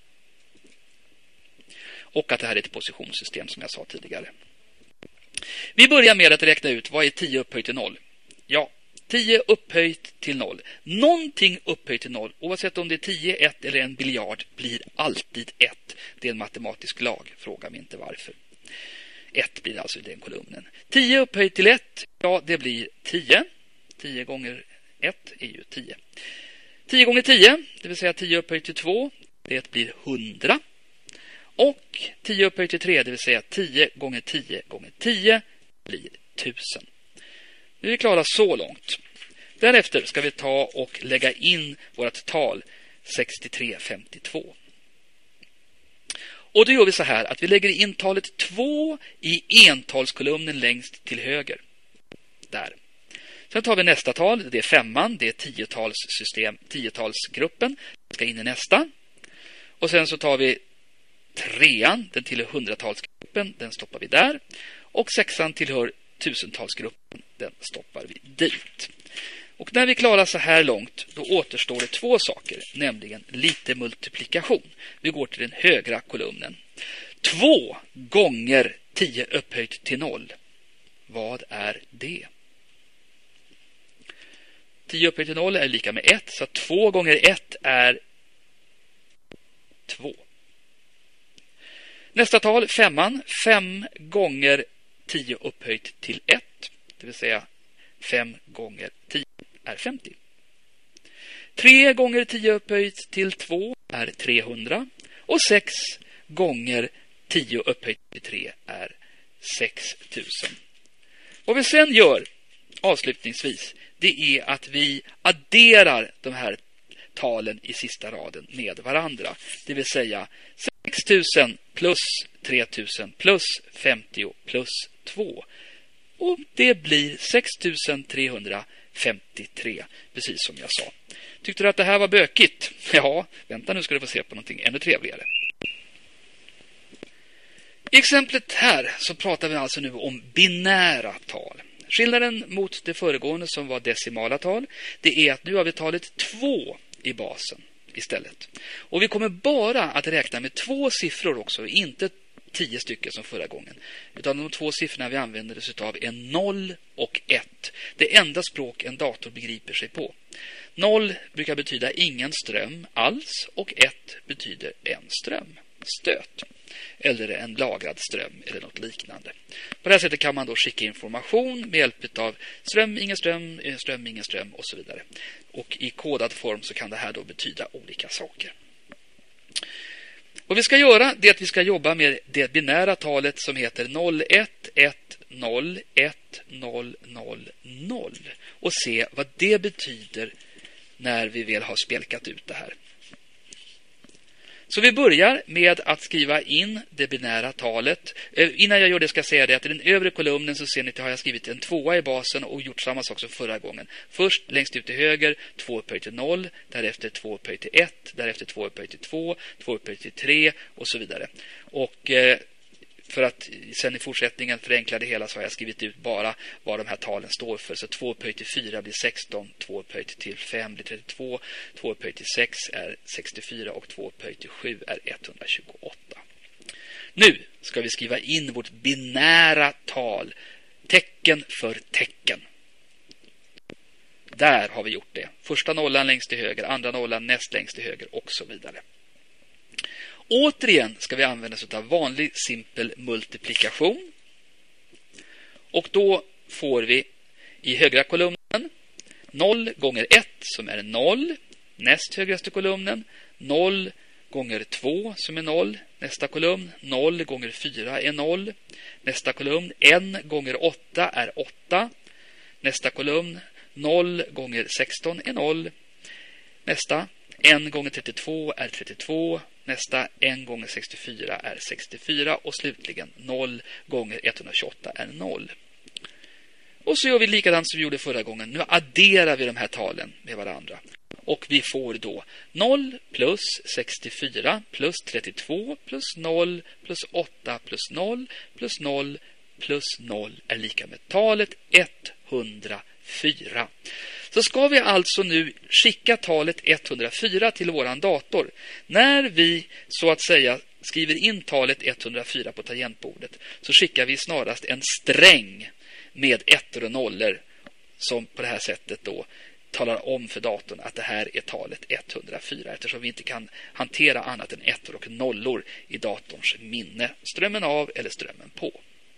Och att det här är ett positionssystem som jag sa tidigare. Vi börjar med att räkna ut vad är 10 upphöjt till 0. Ja, 10 upphöjt till 0. Någonting upphöjt till 0, oavsett om det är 10, 1 eller en biljard, blir alltid 1. Det är en matematisk lag, fråga mig inte varför. 1 blir alltså i den kolumnen. 10 upphöjt till 1, ja det blir 10. 10 gånger 1 är ju 10. 10 gånger 10, det vill säga 10 upphöjt till 2, det blir 100. Och 10 upphöjt till 3, det vill säga 10 gånger 10 gånger 10 blir 1000. Nu är vi klara så långt. Därefter ska vi ta och lägga in vårt tal 6352. Och då gör vi så här att vi lägger in talet 2 i entalskolumnen längst till höger. Där. Sen tar vi nästa tal, det är 5, det är 10-talsgruppen. Det ska in i nästa. Och sen så tar vi 3, den tillhör 100-talsgruppen, den stoppar vi där. Och 6 tillhör 1000-talsgruppen, den stoppar vi dit. Och när vi klarar så här långt, då återstår det 2 saker, nämligen lite multiplikation. Vi går till den högra kolumnen. 2 gånger 10 upphöjt till 0. Vad är det? 10 upphöjt till 0 är lika med 1, så 2 gånger 1 är 2. Nästa tal, 5. 5 gånger 10 upphöjt till 1, det vill säga 5 gånger 10 är 50. 3 gånger 10 upphöjt till 2 är 300. Och 6 gånger 10 upphöjt till 3 är 6000. Vad vi sen gör avslutningsvis, det är att vi adderar de här talen i sista raden med varandra. Det vill säga 6000 plus 3000 plus 50 plus 2. Och det blir 6353, precis som jag sa. Tyckte du att det här var bökigt? Ja, vänta nu ska du få se på någonting ännu trevligare. I exemplet här så pratar vi alltså nu om binära tal. Skillnaden mot det föregående som var decimala tal, det är att nu har vi talet 2 i basen istället. Och vi kommer bara att räkna med 2 siffror också, inte 10 stycken som förra gången. Utan de 2 siffrorna vi använder oss av är 0 och 1. Det enda språk en dator begriper sig på. 0 brukar betyda ingen ström alls och 1 betyder en ström, stöt. eller en lagrad ström eller något liknande. På det här sättet kan man då skicka information med hjälp av ström, ingen ström, ström, ingen ström och så vidare. Och i kodad form så kan det här då betyda olika saker. Vad vi ska göra är att vi ska jobba med det binära talet som heter 01101000 och se vad det betyder när vi väl har spjälkat ut det här. Så vi börjar med att skriva in det binära talet. Innan jag gör det ska jag säga det att i den övre kolumnen så ser ni att jag har skrivit en 2 i basen och gjort samma sak som förra gången. Först längst ut till höger 2 upphöjt till 0, därefter 2 upphöjt till 1, därefter 2 upphöjt till 2, 2 upphöjt till 3 och så vidare. Och för att sen i fortsättningen förenkla det hela så har jag skrivit ut bara vad de här talen står för. Så 2 upphöjt till 4 blir 16, 2 upphöjt till 5 blir 32, 2 upphöjt till 6 är 64 och 2 upphöjt till 7 är 128. Nu ska vi skriva in vårt binära tal, tecken för tecken. Där har vi gjort det. Första nollan längst till höger, andra nollan näst längst till höger och så vidare. Återigen ska vi använda oss av vanlig simpel multiplikation. Och då får vi i högra kolumnen 0 gånger 1 som är 0. Näst högraste kolumnen 0 gånger 2 som är 0. Nästa kolumn 0 gånger 4 är 0. Nästa kolumn 1 gånger 8 är 8. Nästa kolumn 0 gånger 16 är 0. Nästa 1 gånger 32 är 32. Nästa 1 gånger 64 är 64 och slutligen 0 gånger 128 är 0. Och så gör vi likadant som vi gjorde förra gången. Nu adderar vi de här talen med varandra. Och vi får då 0 plus 64 plus 32 plus 0 plus 8 plus 0 plus 0 plus 0 är lika med talet 104. Så ska vi alltså nu skicka talet 104 till våran dator. När vi så att säga skriver in talet 104 på tangentbordet så skickar vi snarast en sträng med ettor och nollor som på det här sättet då talar om för datorn att det här är talet 104 eftersom vi inte kan hantera annat än ettor och nollor i datorns minne. Strömmen av eller strömmen på.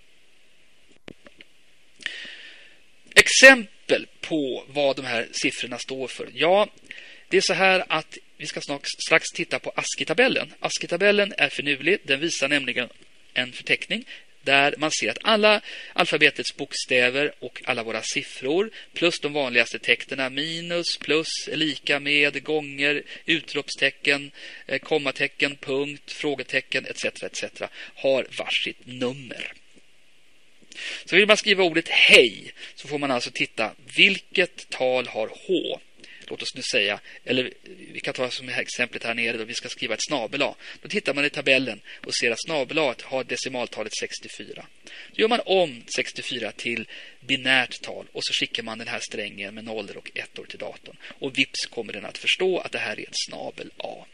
Exempel på vad de här siffrorna står för. Ja, det är så här att vi ska strax titta på ASCII-tabellen. ASCII-tabellen är finurlig. Den visar nämligen en förteckning där man ser att alla alfabetets bokstäver och alla våra siffror plus de vanligaste tecknen minus, plus, lika med, gånger, utropstecken, kommatecken, punkt, frågetecken etc. har varsitt nummer. Så vill man skriva ordet hej så får man alltså titta vilket tal har H. Låt oss nu säga, eller vi kan ta som exemplet här nere då vi ska skriva ett snabel-A. Då tittar man i tabellen och ser att snabel-A har decimaltalet 64. Då gör man om 64 till binärt tal och så skickar man den här strängen med nollor och ettor till datorn. Och vips kommer den att förstå att det här är ett snabel-A.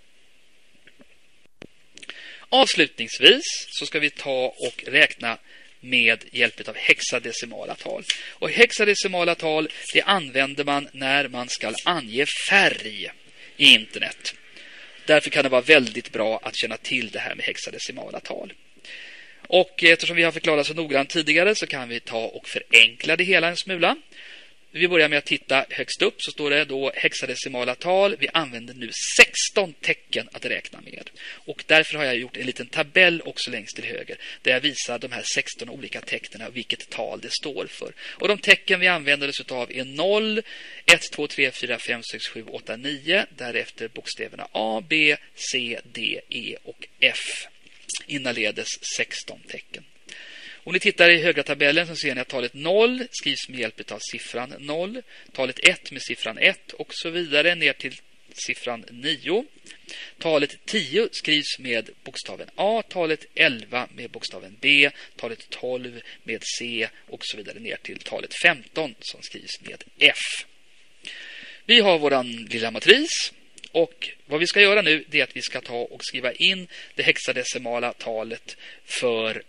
Avslutningsvis så ska vi ta och räkna med hjälp av hexadesimala tal. Och hexadesimala tal det använder man när man ska ange färg i internet. Därför kan det vara väldigt bra att känna till det här med hexadesimala tal. Och eftersom vi har förklarat så noggrant tidigare så kan vi ta och förenkla det hela en smula. Vi börjar med att titta högst upp så står det då hexadesimala tal. Vi använder nu 16 tecken att räkna med. Och därför har jag gjort en liten tabell också längst till höger. Där jag visar de här 16 olika tecknen och vilket tal det står för. Och de tecken vi använder oss av är 0, 1, 2, 3, 4, 5, 6, 7, 8, 9. Därefter bokstäverna A, B, C, D, E och F. Inaledes 16 tecken. Om ni tittar i högra tabellen så ser ni att talet 0 skrivs med hjälp av siffran 0. Talet 1 med siffran 1 och så vidare ner till siffran 9. Talet 10 skrivs med bokstaven A. Talet 11 med bokstaven B. Talet 12 med C och så vidare ner till talet 15 som skrivs med F. Vi har våran lilla matris. Och vad vi ska göra nu är att vi ska ta och skriva in det hexadesimala talet för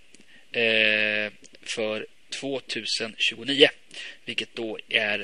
2029, vilket då är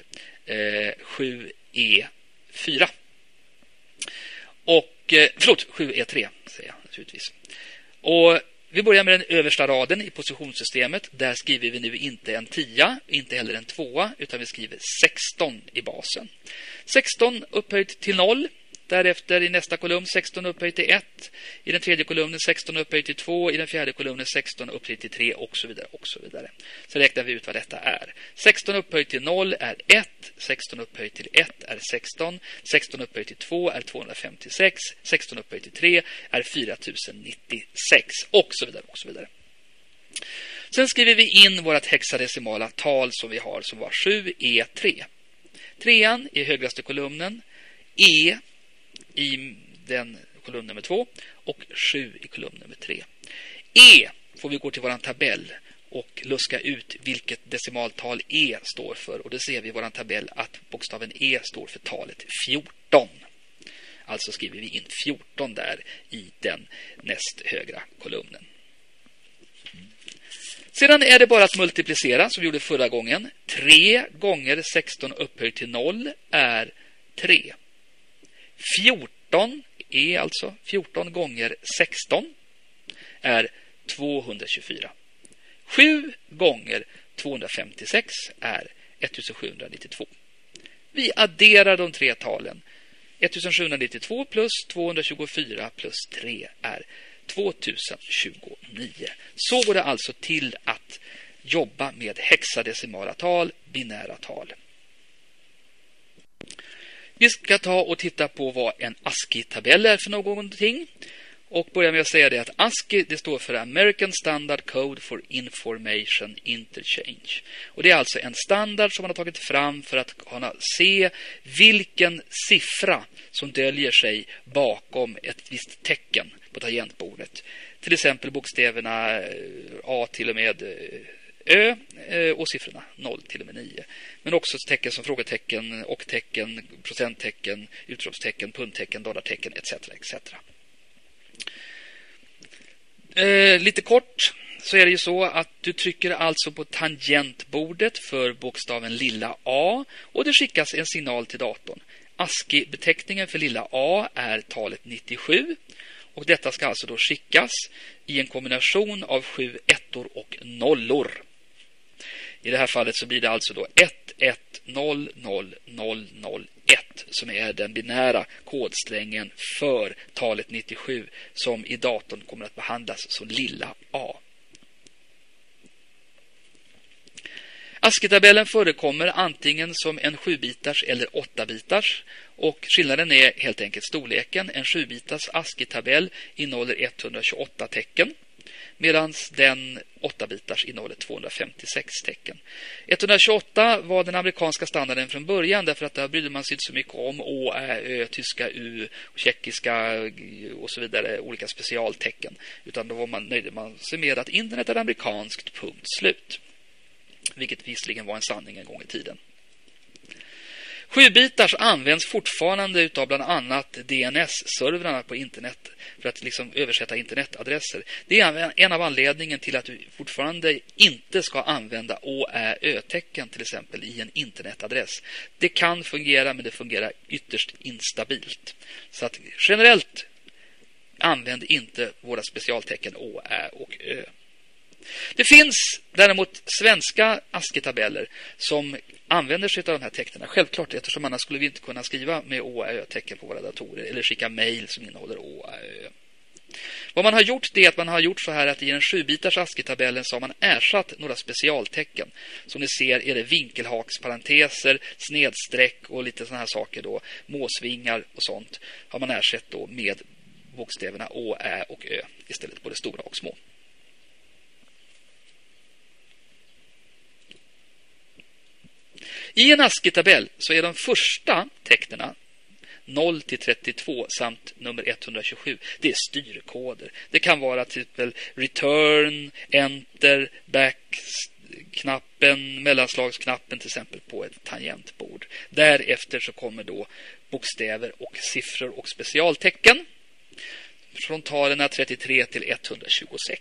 7E4. Och 7E3 säger jag naturligtvis. Och vi börjar med den översta raden i positionssystemet. Där skriver vi nu inte en 10, inte heller en 2, utan vi skriver 16 i basen. 16 upphöjt till 0. Därefter i nästa kolumn 16 upphöjt till 1. I den tredje kolumnen 16 upphöjt till 2. I den fjärde kolumnen 16 upphöjt till 3 och så vidare och så vidare. Så räknar vi ut vad detta är. 16 upphöjt till 0 är 1. 16 upphöjt till 1 är 16. 16 upphöjt till 2 är 256. 16 upphöjt till 3 är 4096 och så vidare och så vidare. Sen skriver vi in vårt hexadecimala tal som vi har som var 7E3. 3an i högraste kolumnen, E i den kolumn nummer 2 och 7 i kolumn nummer 3. E får vi gå till våran tabell och luska ut vilket decimaltal E står för. Och då ser vi i våran tabell att bokstaven E står för talet 14. Alltså skriver vi in 14 där i den näst högra kolumnen. Sedan är det bara att multiplicera som vi gjorde förra gången. 3 gånger 16 upphöjt till 0 är 3. 14 är alltså 14 gånger 16 är 224. 7 gånger 256 är 1792. Vi adderar de tre talen. 1792 plus 224 plus 3 är 2029. Så går det alltså till att jobba med hexadecimala tal, binära tal. Vi ska ta och titta på vad en ASCII-tabell är för någonting. Och börja med att säga det att ASCII det står för American Standard Code for Information Interchange. Och det är alltså en standard som man har tagit fram för att kunna se vilken siffra som döljer sig bakom ett visst tecken på tangentbordet. Till exempel bokstäverna A till och med Ö och siffrorna 0 till och med 9. Men också tecken som frågetecken, och tecken, procenttecken, utropstecken, pundtecken, dollartecken etc. etc. Lite kort så är det ju så att du trycker alltså på tangentbordet för bokstaven lilla a och det skickas en signal till datorn. ASCII-beteckningen för lilla a är talet 97 och detta ska alltså då skickas i en kombination av 7 ettor och nollor. I det här fallet så blir det alltså då 110001 som är den binära kodsträngen för talet 97 som i datorn kommer att behandlas som lilla a. ASCII-tabellen förekommer antingen som en 7-bitars eller 8-bitars och skillnaden är helt enkelt storleken. En 7-bitars ASCII-tabell innehåller 128 tecken medan den 8-bitars innehåller 256 tecken. 128 var den amerikanska standarden från början därför att där brydde man sig inte så mycket om Å, Ä, Ö, tyska U, tjeckiska och så vidare, olika specialtecken. Utan då nöjde man sig med att internet är amerikanskt, punkt slut. Vilket visserligen var en sanning en gång i tiden. 7-bitars används fortfarande utav bland annat DNS-servrarna på internet för att liksom översätta internetadresser. Det är en av anledningen till att du fortfarande inte ska använda Å, Ä, Ö-tecken till exempel i en internetadress. Det kan fungera men det fungerar ytterst instabilt. Så att generellt använd inte våra specialtecken Å, Ä och Ö. Det finns däremot svenska ASCII-tabeller som använder sig av de här tecknen. Självklart, eftersom annars skulle vi inte kunna skriva med Å, Ä, Ö-tecken på våra datorer eller skicka mejl som innehåller Å, Ä, Ö. Vad man har gjort det är att man har gjort så här att i den 7-bitars ASCII-tabellen så har man ersatt några specialtecken. Som ni ser är det vinkelhaksparenteser, snedsträck och lite såna här saker då, måsvingar och sånt har man ersatt då med bokstäverna Å, Ä och Ö istället både stora och små. I en ASCII-tabell så är de första tecknarna 0 till 32 samt nummer 127. Det är styrkoder. Det kan vara till exempel return, enter, back-knappen, mellanslagsknappen till exempel på ett tangentbord. Därefter så kommer då bokstäver och siffror och specialtecken. Från talen 33 till 126.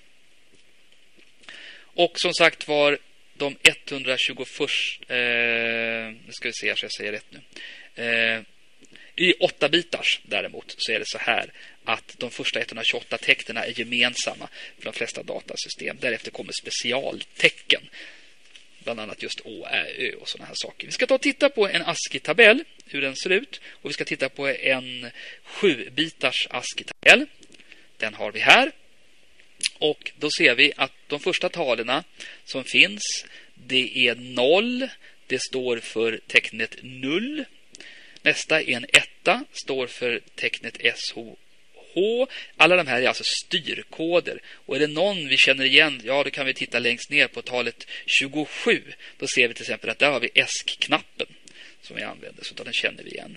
Och som sagt var de 121 nu ska vi se så jag säger rätt nu. I 8-bitars däremot så är det så här att de första 128 tecknen är gemensamma för de flesta datasystem. Därefter kommer specialtecken. Bland annat just Å, Ä, Ö och sådana här saker. Vi ska ta och titta på en ASCII-tabell, hur den ser ut. Och vi ska titta på en 7-bitars ASCII-tabell. Den har vi här. Och då ser vi att de första talen som finns, det är 0. Det står för tecknet 0. Nästa är en 1, står för tecknet SH. Alla de här är alltså styrkoder. Och är det någon vi känner igen, ja då kan vi titta längst ner på talet 27. Då ser vi till exempel att där har vi ESC-knappen som vi använder, så den känner vi igen.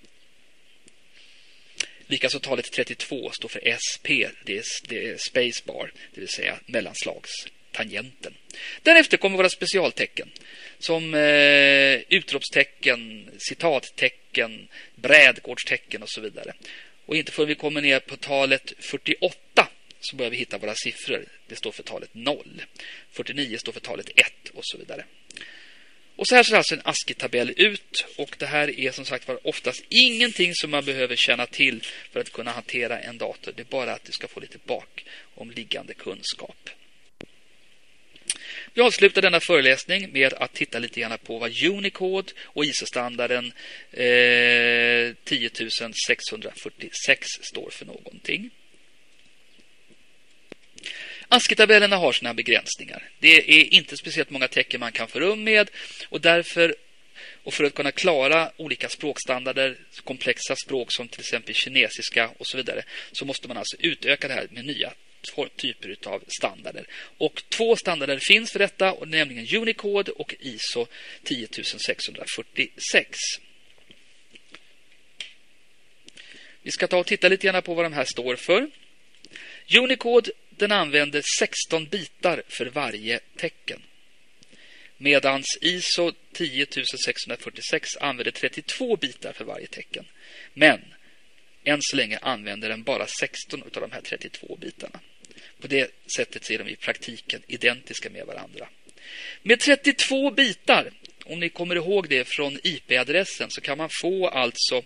Likaså talet 32 står för SP, det är spacebar, det vill säga mellanslagstangenten. Därefter kommer våra specialtecken som utropstecken, citattecken, brädgårdstecken och så vidare. Och inte förrän vi kommer ner på talet 48 så börjar vi hitta våra siffror. Det står för talet 0. 49 står för talet 1 och så vidare. Och så här ser alltså en ASCII-tabell ut. Och det här är som sagt var oftast ingenting som man behöver känna till för att kunna hantera en dator. Det är bara att du ska få lite bakomliggande kunskap. Vi avslutar denna föreläsning med att titta lite grann på vad Unicode och ISO-standarden 10646 står för någonting. ASCII-tabellerna har sina begränsningar. Det är inte speciellt många tecken man kan få rum med och därför och för att kunna klara olika språkstandarder, komplexa språk som till exempel kinesiska och så vidare, så måste man alltså utöka det här med nya typer av standarder. Och 2 standarder finns för detta, och nämligen Unicode och ISO 10646. Vi ska ta och titta lite grann på vad de här står för. Unicode, den använder 16 bitar för varje tecken. Medans ISO 10646 använder 32 bitar för varje tecken. Men än så länge använder den bara 16 av de här 32 bitarna. På det sättet ser de i praktiken identiska med varandra. Med 32 bitar, om ni kommer ihåg det från IP-adressen, så kan man få alltså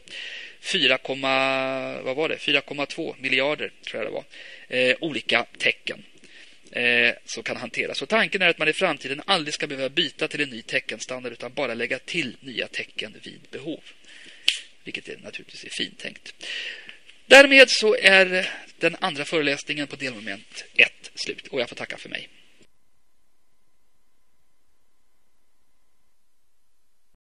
4,2 miljarder tror jag det var, olika tecken som kan hanteras. Så tanken är att man i framtiden aldrig ska behöva byta till en ny teckenstandard utan bara lägga till nya tecken vid behov. Vilket är naturligtvis är fint tänkt. Därmed så är den andra föreläsningen på delmoment 1 slut och jag får tacka för mig.